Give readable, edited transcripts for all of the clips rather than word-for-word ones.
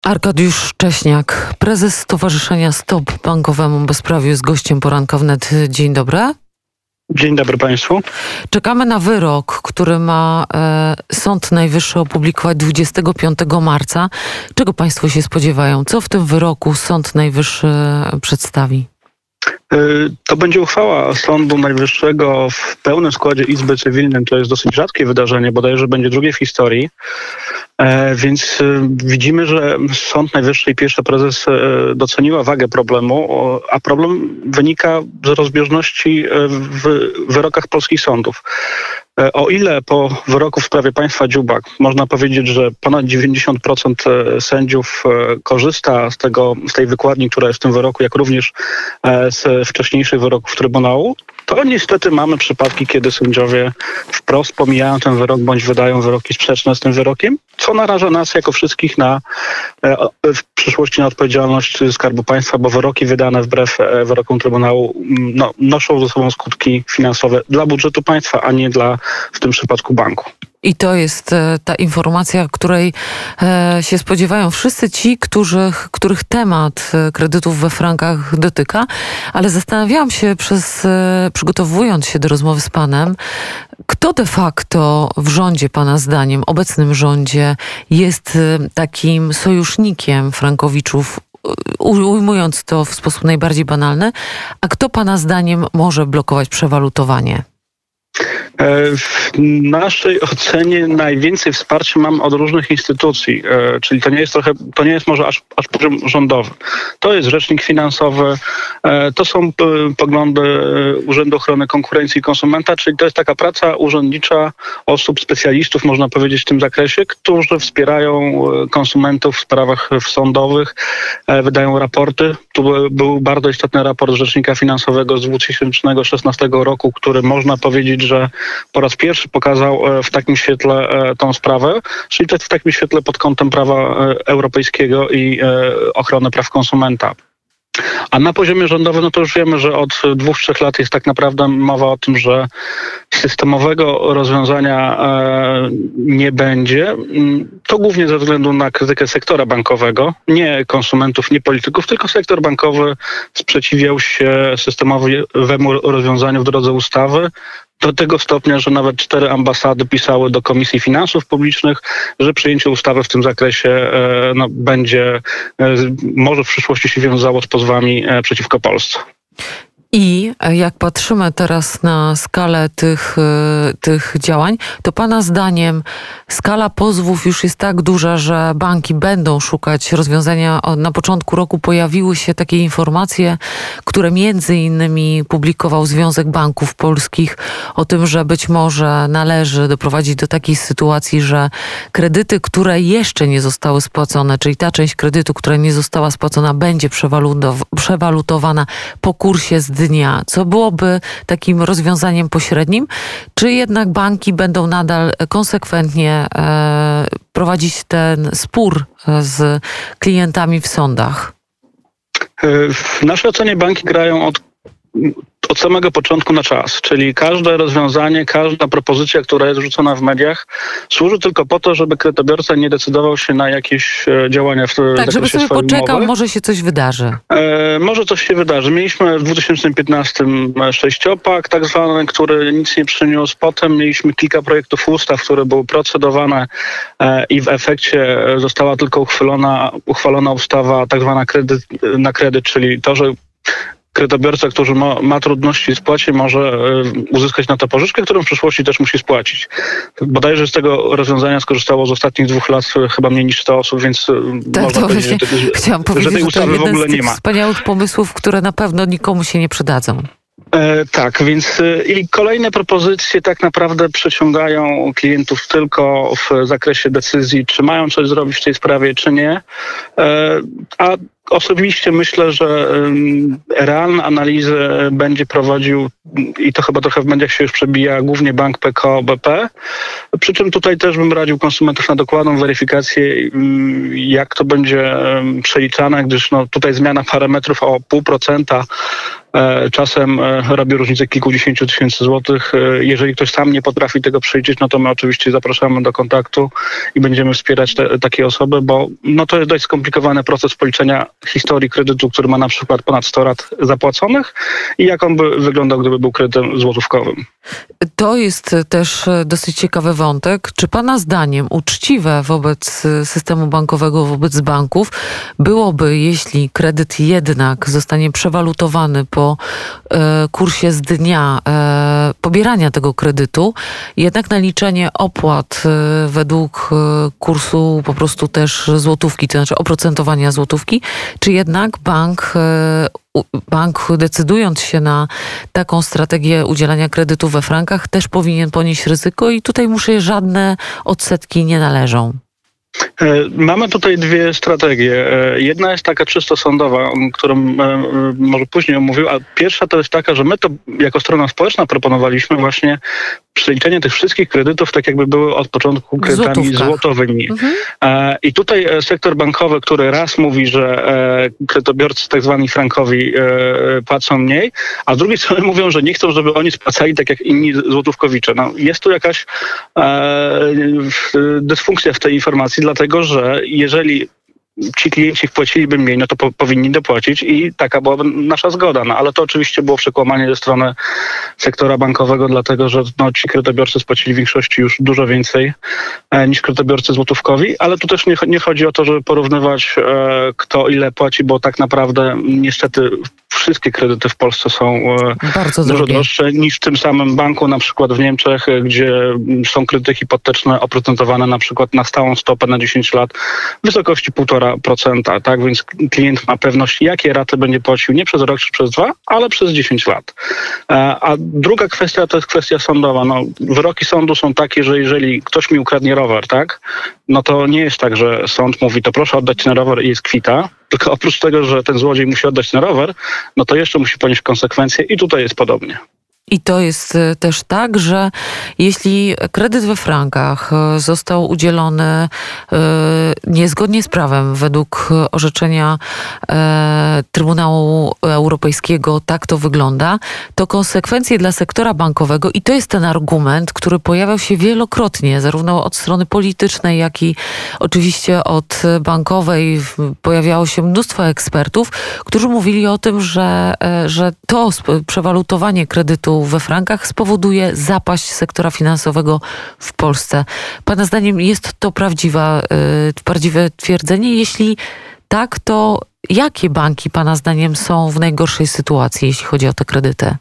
Arkadiusz Szcześniak, prezes Stowarzyszenia Stop Bankowemu Bezprawiu, jest gościem poranka wnet. Dzień dobry. Dzień dobry Państwu. Czekamy na wyrok, który ma Sąd Najwyższy opublikować 25 marca. Czego Państwo się spodziewają? Co w tym wyroku Sąd Najwyższy przedstawi? To będzie uchwała Sądu Najwyższego w pełnym składzie Izby Cywilnej. To jest dosyć rzadkie wydarzenie, bodajże będzie drugie w historii. Więc widzimy, że Sąd Najwyższy i pierwszy prezes doceniła wagę problemu, a problem wynika z rozbieżności w wyrokach polskich sądów. O ile po wyroku w sprawie państwa Dziubak można powiedzieć, że ponad 90% sędziów korzysta z tej wykładni, która jest w tym wyroku, jak również z wcześniejszych wyroków Trybunału, to niestety mamy przypadki, kiedy sędziowie wprost pomijają ten wyrok bądź wydają wyroki sprzeczne z tym wyrokiem, co naraża nas jako wszystkich w przyszłości na odpowiedzialność Skarbu Państwa, bo wyroki wydane wbrew wyrokom Trybunału noszą ze sobą skutki finansowe dla budżetu państwa, a nie w tym przypadku banku. I to jest ta informacja, której się spodziewają wszyscy ci, których temat kredytów we frankach dotyka. Ale zastanawiałam się przygotowując się do rozmowy z panem, kto de facto w rządzie, pana zdaniem, obecnym rządzie, jest takim sojusznikiem frankowiczów, ujmując to w sposób najbardziej banalny, a kto pana zdaniem może blokować przewalutowanie? W naszej ocenie najwięcej wsparcia mamy od różnych instytucji, czyli to nie jest może aż poziom rządowy. To jest rzecznik finansowy, to są poglądy Urzędu Ochrony Konkurencji i Konsumenta, czyli to jest taka praca urzędnicza osób, specjalistów, można powiedzieć, w tym zakresie, którzy wspierają konsumentów w sprawach sądowych, wydają raporty. Tu był bardzo istotny raport Rzecznika Finansowego z 2016 roku, który można powiedzieć, że po raz pierwszy pokazał w takim świetle tą sprawę, czyli w takim świetle pod kątem prawa europejskiego i ochrony praw konsumenta. A na poziomie rządowym, to już wiemy, że od 2-3 lat jest tak naprawdę mowa o tym, że systemowego rozwiązania nie będzie. To głównie ze względu na krytykę sektora bankowego, nie konsumentów, nie polityków, tylko sektor bankowy sprzeciwiał się systemowemu rozwiązaniu w drodze ustawy. Do tego stopnia, że nawet 4 ambasady pisały do Komisji Finansów Publicznych, że przyjęcie ustawy w tym zakresie może w przyszłości się wiązało z pozwami przeciwko Polsce. I jak patrzymy teraz na skalę tych działań, to pana zdaniem skala pozwów już jest tak duża, że banki będą szukać rozwiązania. Na początku roku pojawiły się takie informacje, które między innymi publikował Związek Banków Polskich o tym, że być może należy doprowadzić do takiej sytuacji, że kredyty, które jeszcze nie zostały spłacone, czyli ta część kredytu, która nie została spłacona, będzie przewalutowana po kursie z dnia, co byłoby takim rozwiązaniem pośrednim, czy jednak banki będą nadal konsekwentnie prowadzić ten spór z klientami w sądach? W naszej ocenie banki grają od samego początku na czas, czyli każde rozwiązanie, każda propozycja, która jest rzucona w mediach, służy tylko po to, żeby kredytobiorca nie decydował się na jakieś działania w zakresie Tak, żeby sobie swojej poczekał, umowy. może się coś wydarzy. Może coś się wydarzy. Mieliśmy w 2015 sześciopak tak zwany, który nic nie przyniósł. Potem mieliśmy kilka projektów ustaw, które były procedowane i w efekcie została tylko uchwalona ustawa tak zwana kredyt na kredyt, czyli to, że kredytobiorca, który ma trudności w spłacie, może uzyskać na to pożyczkę, którą w przyszłości też musi spłacić. Bodajże z tego rozwiązania skorzystało z ostatnich 2 lat chyba mniej niż 100 osób, więc można powiedzieć, chciałam powiedzieć, że tej ustawy w ogóle nie ma. Wspaniałych pomysłów, które na pewno nikomu się nie przydadzą. Tak, więc i kolejne propozycje tak naprawdę przeciągają klientów tylko w zakresie decyzji, czy mają coś zrobić w tej sprawie, czy nie. A osobiście myślę, że realne analizy będzie prowadził, i to chyba trochę w mediach się już przebija, głównie bank PKO BP. Przy czym tutaj też bym radził konsumentów na dokładną weryfikację, jak to będzie przeliczane, gdyż tutaj zmiana parametrów o 0,5% czasem robi różnicę kilkudziesięciu tysięcy złotych. Jeżeli ktoś sam nie potrafi tego przeliczyć, no to my oczywiście zapraszamy do kontaktu i będziemy wspierać takie osoby, bo no to jest dość skomplikowany proces policzenia historii kredytu, który ma na przykład ponad 100 lat zapłaconych i jak on by wyglądał, gdyby był kredytem złotówkowym. To jest też dosyć ciekawy wątek. Czy pana zdaniem uczciwe wobec systemu bankowego, wobec banków byłoby, jeśli kredyt jednak zostanie przewalutowany po kursie z dnia pobierania tego kredytu, jednak naliczenie opłat według kursu po prostu też złotówki, to znaczy oprocentowania złotówki, czy jednak bank, decydując się na taką strategię udzielania kredytu we frankach, też powinien ponieść ryzyko i tutaj mu się żadne odsetki nie należą? Mamy tutaj dwie strategie. Jedna jest taka czysto sądowa, którą może później omówił, a pierwsza to jest taka, że my to jako strona społeczna proponowaliśmy właśnie przeliczenie tych wszystkich kredytów tak jakby były od początku kredytami złotowymi. I tutaj sektor bankowy, który raz mówi, że kredytobiorcy tak zwani frankowi płacą mniej, a z drugiej strony mówią, że nie chcą, żeby oni spłacali tak jak inni złotówkowicze. No, jest tu jakaś dysfunkcja w tej informacji, dlatego że jeżeli ci klienci wpłaciliby mniej, no to powinni dopłacić i taka byłaby nasza zgoda. No ale to oczywiście było przekłamanie ze strony sektora bankowego, dlatego że no, ci kredytobiorcy spłacili w większości już dużo więcej niż kredytobiorcy złotówkowi, ale tu też nie chodzi o to, żeby porównywać kto ile płaci, bo tak naprawdę niestety wszystkie kredyty w Polsce są bardzo dużo droższe niż w tym samym banku, na przykład w Niemczech, gdzie są kredyty hipoteczne oprocentowane na przykład na stałą stopę na 10 lat w wysokości 1,5%. Tak? Więc klient ma pewność, jakie raty będzie płacił nie przez rok czy przez 2, ale przez 10 lat. A druga kwestia to jest kwestia sądowa. No, wyroki sądu są takie, że jeżeli ktoś mi ukradnie rower, tak, no to nie jest tak, że sąd mówi, to proszę oddać ten rower i jest kwita. Tylko oprócz tego, że ten złodziej musi oddać ten rower, no to jeszcze musi ponieść konsekwencje i tutaj jest podobnie. I to jest też tak, że jeśli kredyt we frankach został udzielony niezgodnie z prawem według orzeczenia Trybunału Europejskiego, tak to wygląda, to konsekwencje dla sektora bankowego, i to jest ten argument, który pojawiał się wielokrotnie, zarówno od strony politycznej, jak i oczywiście od bankowej. Pojawiało się mnóstwo ekspertów, którzy mówili o tym, że to przewalutowanie kredytu we frankach spowoduje zapaść sektora finansowego w Polsce. Pana zdaniem jest to prawdziwe twierdzenie? Jeśli tak, to jakie banki pana zdaniem są w najgorszej sytuacji, jeśli chodzi o te kredyty?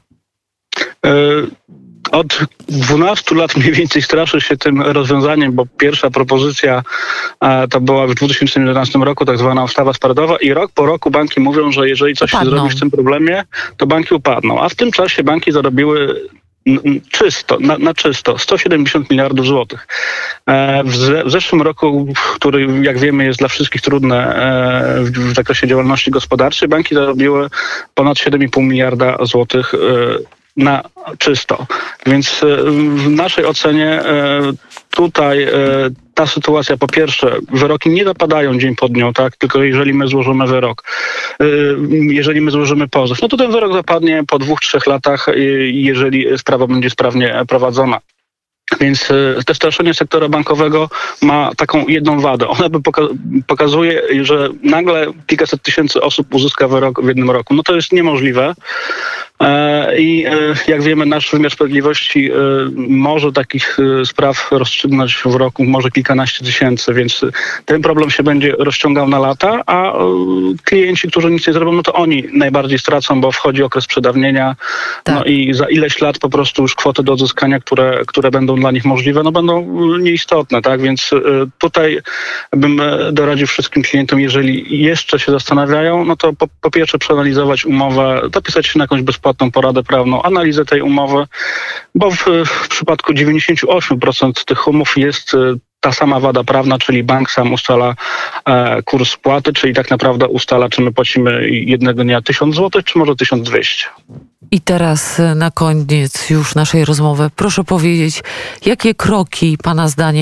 Od 12 lat mniej więcej straszy się tym rozwiązaniem, bo pierwsza propozycja to była w 2011 roku tak zwana ustawa spreadowa i rok po roku banki mówią, że jeżeli coś się zrobi w tym problemie, to banki upadną. A w tym czasie banki zarobiły na czysto 170 miliardów złotych. W zeszłym roku, który jak wiemy jest dla wszystkich trudny w zakresie działalności gospodarczej, banki zarobiły ponad 7,5 miliarda złotych na czysto. Więc w naszej ocenie tutaj ta sytuacja, po pierwsze, wyroki nie zapadają dzień po dniu, tak? Tylko jeżeli my złożymy wyrok, jeżeli my złożymy pozew, no to ten wyrok zapadnie po 2-3 latach, jeżeli sprawa będzie sprawnie prowadzona. Więc te straszenie sektora bankowego ma taką jedną wadę. Ona pokazuje, że nagle kilkaset tysięcy osób uzyska wyrok w jednym roku. No to jest niemożliwe. I jak wiemy, nasz wymiar sprawiedliwości może takich spraw rozstrzygnąć w roku może kilkanaście tysięcy, więc ten problem się będzie rozciągał na lata, a klienci, którzy nic nie zrobią, no to oni najbardziej stracą, bo wchodzi okres przedawnienia, tak. No i za ileś lat po prostu już kwoty do odzyskania, które będą dla nich możliwe, no będą nieistotne, tak? Więc tutaj bym doradził wszystkim klientom, jeżeli jeszcze się zastanawiają, no to po pierwsze przeanalizować umowę, zapisać się na jakąś bezpłatną poradę prawną, analizę tej umowy, bo w przypadku 98% tych umów jest ta sama wada prawna, czyli bank sam ustala kurs spłaty, czyli tak naprawdę ustala, czy my płacimy jednego dnia 1000 zł, czy może 1200. I teraz na koniec już naszej rozmowy proszę powiedzieć, jakie kroki pana zdaniem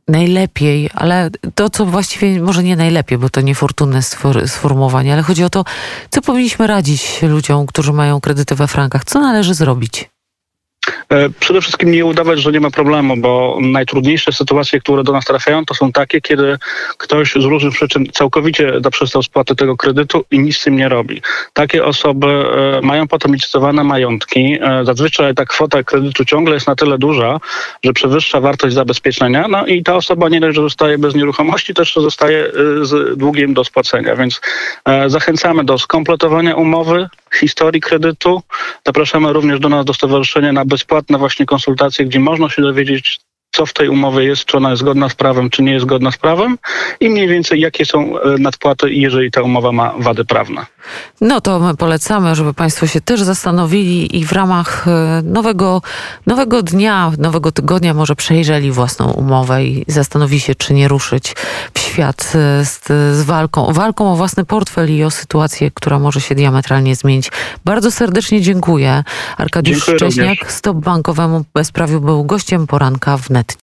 najlepiej, ale to, co właściwie może nie najlepiej, bo to niefortunne sformułowanie, ale chodzi o to, co powinniśmy radzić ludziom, którzy mają kredyty we frankach. Co należy zrobić? Przede wszystkim nie udawać, że nie ma problemu, bo najtrudniejsze sytuacje, które do nas trafiają, to są takie, kiedy ktoś z różnych przyczyn całkowicie zaprzestał spłaty tego kredytu i nic z tym nie robi. Takie osoby mają potem licytowane majątki. Zazwyczaj ta kwota kredytu ciągle jest na tyle duża, że przewyższa wartość zabezpieczenia, no i ta osoba nie dość, że zostaje bez nieruchomości, też zostaje z długiem do spłacenia, więc zachęcamy do skompletowania umowy, historii kredytu. Zapraszamy również do nas do stowarzyszenia na bezpłatne właśnie konsultacje, gdzie można się dowiedzieć, co w tej umowie jest, czy ona jest zgodna z prawem, czy nie jest zgodna z prawem i mniej więcej jakie są nadpłaty, jeżeli ta umowa ma wady prawne. No to my polecamy, żeby Państwo się też zastanowili i w ramach nowego dnia, nowego tygodnia może przejrzeli własną umowę i zastanowili się, czy nie ruszyć w świat z walką o własny portfel i o sytuację, która może się diametralnie zmienić. Bardzo serdecznie dziękuję. Arkadiusz Szcześniak, Stop Bankowemu Bezprawiu był gościem poranka w Net.